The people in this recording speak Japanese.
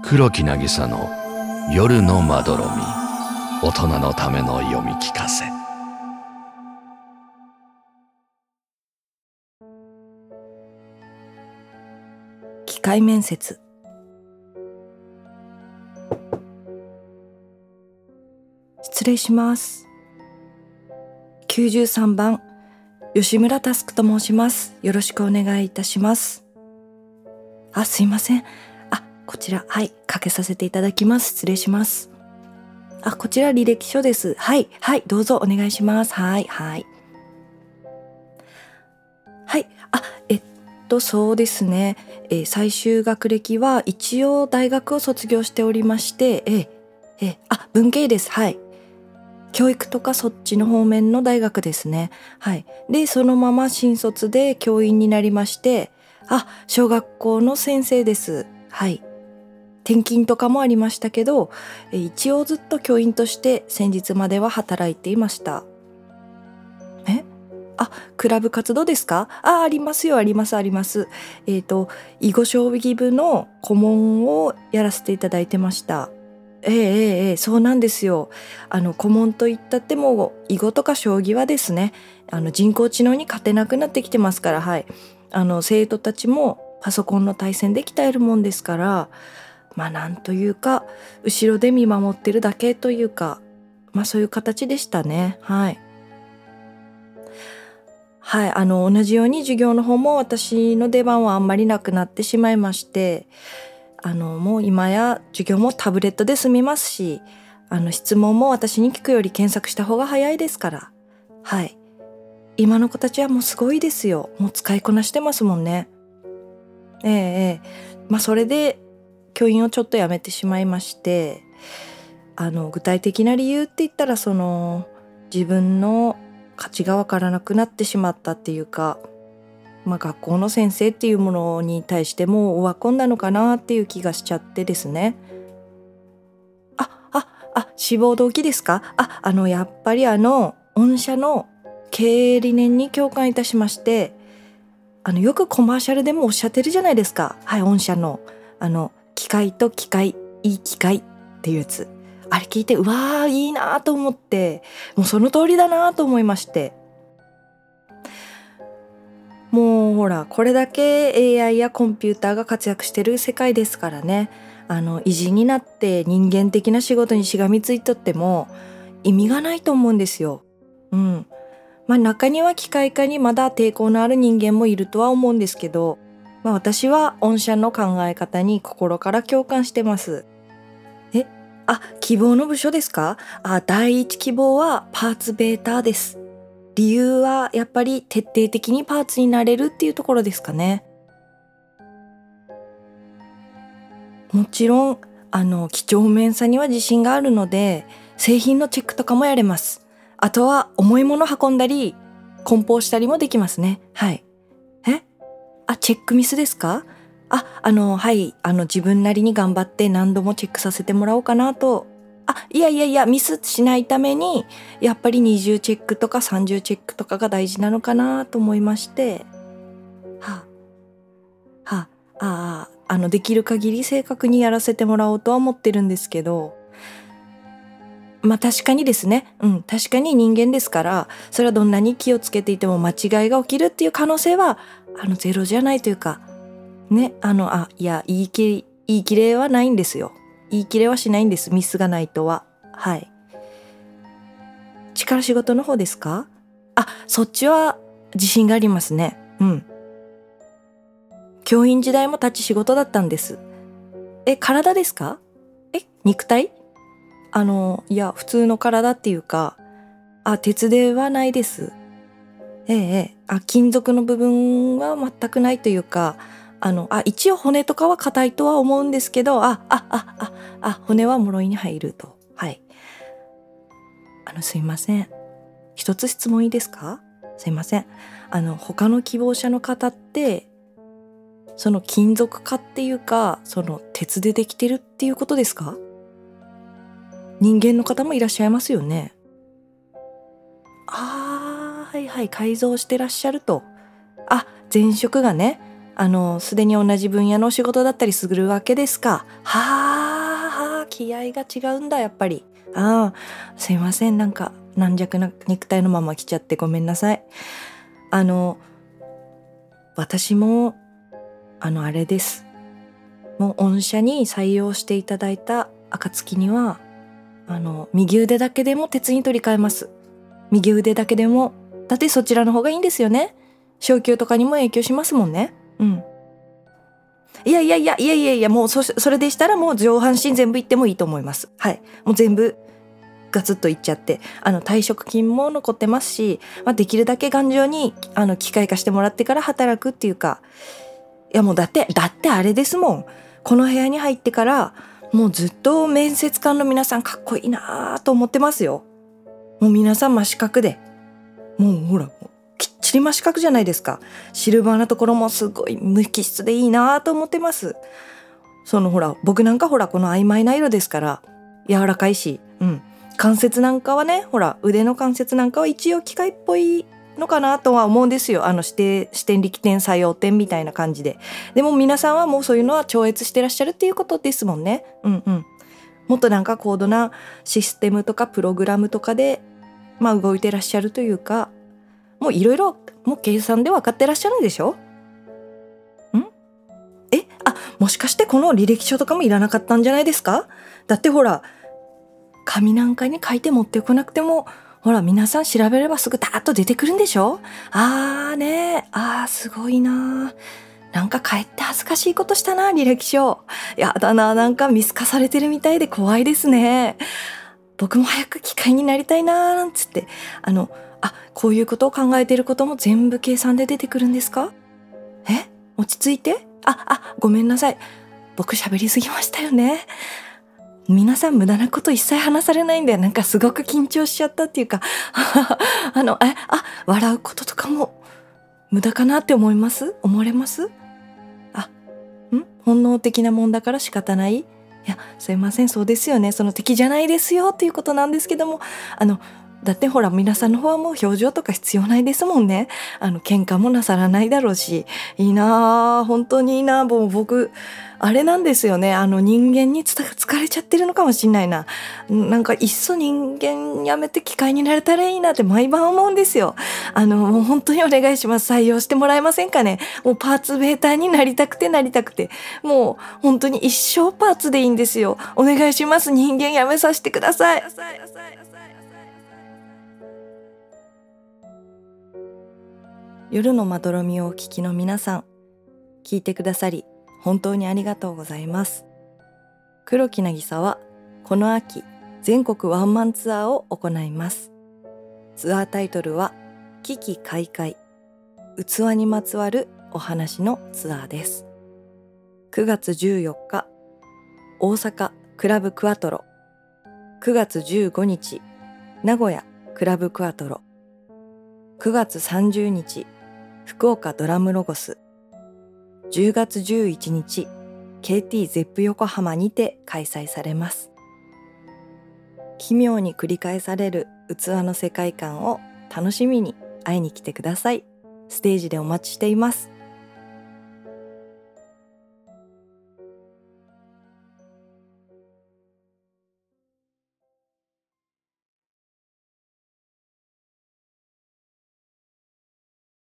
黒木渚の夜のまどろみ。大人のための読み聞かせ。 機械面接。失礼します。93番吉村佑と申します。よろしくお願いいたします。すいません。こちら、かけさせていただきます。失礼します。こちら履歴書です。どうぞお願いします。そうですね。最終学歴は一応大学を卒業しておりまして、文系です。教育とかそっちの方面の大学ですね。で、そのまま新卒で教員になりまして、小学校の先生です。転勤とかもありましたけど、一応ずっと教員として先日までは働いていました。クラブ活動ですか？ありますよ、あります。囲碁将棋部の顧問をやらせていただいてました。そうなんですよ。顧問といったっても囲碁とか将棋はですね、人工知能に勝てなくなってきてますから、生徒たちもパソコンの対戦で鍛えるもんですから、なんというか後ろで見守ってるだけというか、そういう形でしたね。同じように授業の方も私の出番はあんまりなくなってしまいまして、もう今や授業もタブレットで済みますし、質問も私に聞くより検索した方が早いですから。今の子たちはもうすごいですよ。もう使いこなしてますもんね。それで教員をちょっと辞めてしまいまして、具体的な理由って言ったら自分の価値がわからなくなってしまったっていうか、学校の先生っていうものに対してもオワコンなのかなっていう気がしちゃってですね。志望動機ですか？やっぱり御社の経営理念に共感いたしまして、よくコマーシャルでもおっしゃってるじゃないですか。御社の機械と機械、いい機械っていうやつ。あれ聞いて、うわーいいなと思って、もうその通りだなと思いまして。もうほら、これだけ AI やコンピューターが活躍してる世界ですからね。偉人になって人間的な仕事にしがみついとっても意味がないと思うんですよ。中には機械化にまだ抵抗のある人間もいるとは思うんですけど、私は御社の考え方に心から共感してます。希望の部署ですか？第一希望はパーツベーターです。理由はやっぱり徹底的にパーツになれるっていうところですかね。もちろん几帳面さには自信があるので、製品のチェックとかもやれます。あとは重いもの運んだり梱包したりもできますね。チェックミスですか？自分なりに頑張って何度もチェックさせてもらおうかなと。いや、ミスしないために、やっぱり20チェックとか30チェックとかが大事なのかなと思いまして。できる限り正確にやらせてもらおうとは思ってるんですけど、確かにですね、確かに人間ですから、それはどんなに気をつけていても間違いが起きるっていう可能性は、ゼロじゃないというか、ね、言い切れはないんですよ。言い切れはしないんです。ミスがないとは。力仕事の方ですか？そっちは自信がありますね。教員時代も立ち仕事だったんです。体ですか？肉体？いや、普通の体っていうか、鉄ではないです。金属の部分は全くないというか、一応骨とかは硬いとは思うんですけど、骨は脆いに入ると。すいません。一つ質問いいですか？すいません。他の希望者の方って、その金属化っていうか、その鉄でできてるっていうことですか？人間の方もいらっしゃいますよね。改造してらっしゃると。前職がね。 すでに同じ分野のお仕事だったりするわけですか。はあ、気合が違うんだやっぱり。すいません、なんか軟弱な肉体のまま来ちゃってごめんなさい。私もあれです。もう御社に採用していただいた暁には右腕だけでも鉄に取り替えます。右腕だけでも。だってそちらの方がいいんですよね。昇給とかにも影響しますもんね。いや、もうそれでしたらもう上半身全部いってもいいと思います。はい。もう全部ガツッといっちゃって、退職金も残ってますし、できるだけ頑丈に機械化してもらってから働くっていうか、いやもうだってあれですもん。この部屋に入ってからもうずっと面接官の皆さんかっこいいなと思ってますよ。もう皆さん真四角で、もうほらきっちり真四角じゃないですか。シルバーなところもすごい無機質でいいなと思ってます。ほら僕なんかほらこの曖昧な色ですから柔らかいし、関節なんかはね、ほら腕の関節なんかは一応機械っぽいのかなとは思うんですよ。視点力点作用点みたいな感じで。でも皆さんはもうそういうのは超越してらっしゃるっていうことですもんね。もっとなんか高度なシステムとかプログラムとかで動いてらっしゃるというか、もういろいろもう計算で分かってらっしゃるんでしょ？もしかしてこの履歴書とかもいらなかったんじゃないですか？だってほら紙なんかに書いて持ってこなくてもほら皆さん調べればすぐダーッと出てくるんでしょ？すごいな。なんかかえって恥ずかしいことしたな、履歴書。やだな、なんか見透かされてるみたいで怖いですね。僕も早く機械になりたいななんつって、こういうことを考えていることも全部計算で出てくるんですか？落ち着いて。ごめんなさい。僕喋りすぎましたよね。皆さん無駄なこと一切話されないんで、なんかすごく緊張しちゃったっていうか笑うこととかも無駄かなって思われます？本能的なもんだから仕方ない。いや、すいません、そうですよね。その敵じゃないですよっていうことなんですけども、だってほら皆さんの方はもう表情とか必要ないですもんね。喧嘩もなさらないだろうし、いいなあ、本当にいいなあ。もう僕あれなんですよね。人間に疲れちゃってるのかもしんないな。なんかいっそ人間やめて機械になれたらいいなって毎晩思うんですよ。もう本当にお願いします。採用してもらえませんかね。もうパーツベーターになりたくて、もう本当に一生パーツでいいんですよ。お願いします。人間やめさせてください。夜のまどろみをお聞きの皆さん、聞いてくださり本当にありがとうございます。黒木渚はこの秋全国ワンマンツアーを行います。ツアータイトルは危機開会、器にまつわるお話のツアーです。9月14日大阪クラブクアトロ、9月15日名古屋クラブクアトロ、9月30日福岡ドラムロゴス、10月11日 KT ゼップ横浜にて開催されます。奇妙に繰り返される器の世界観を楽しみに会いに来てください。ステージでお待ちしています。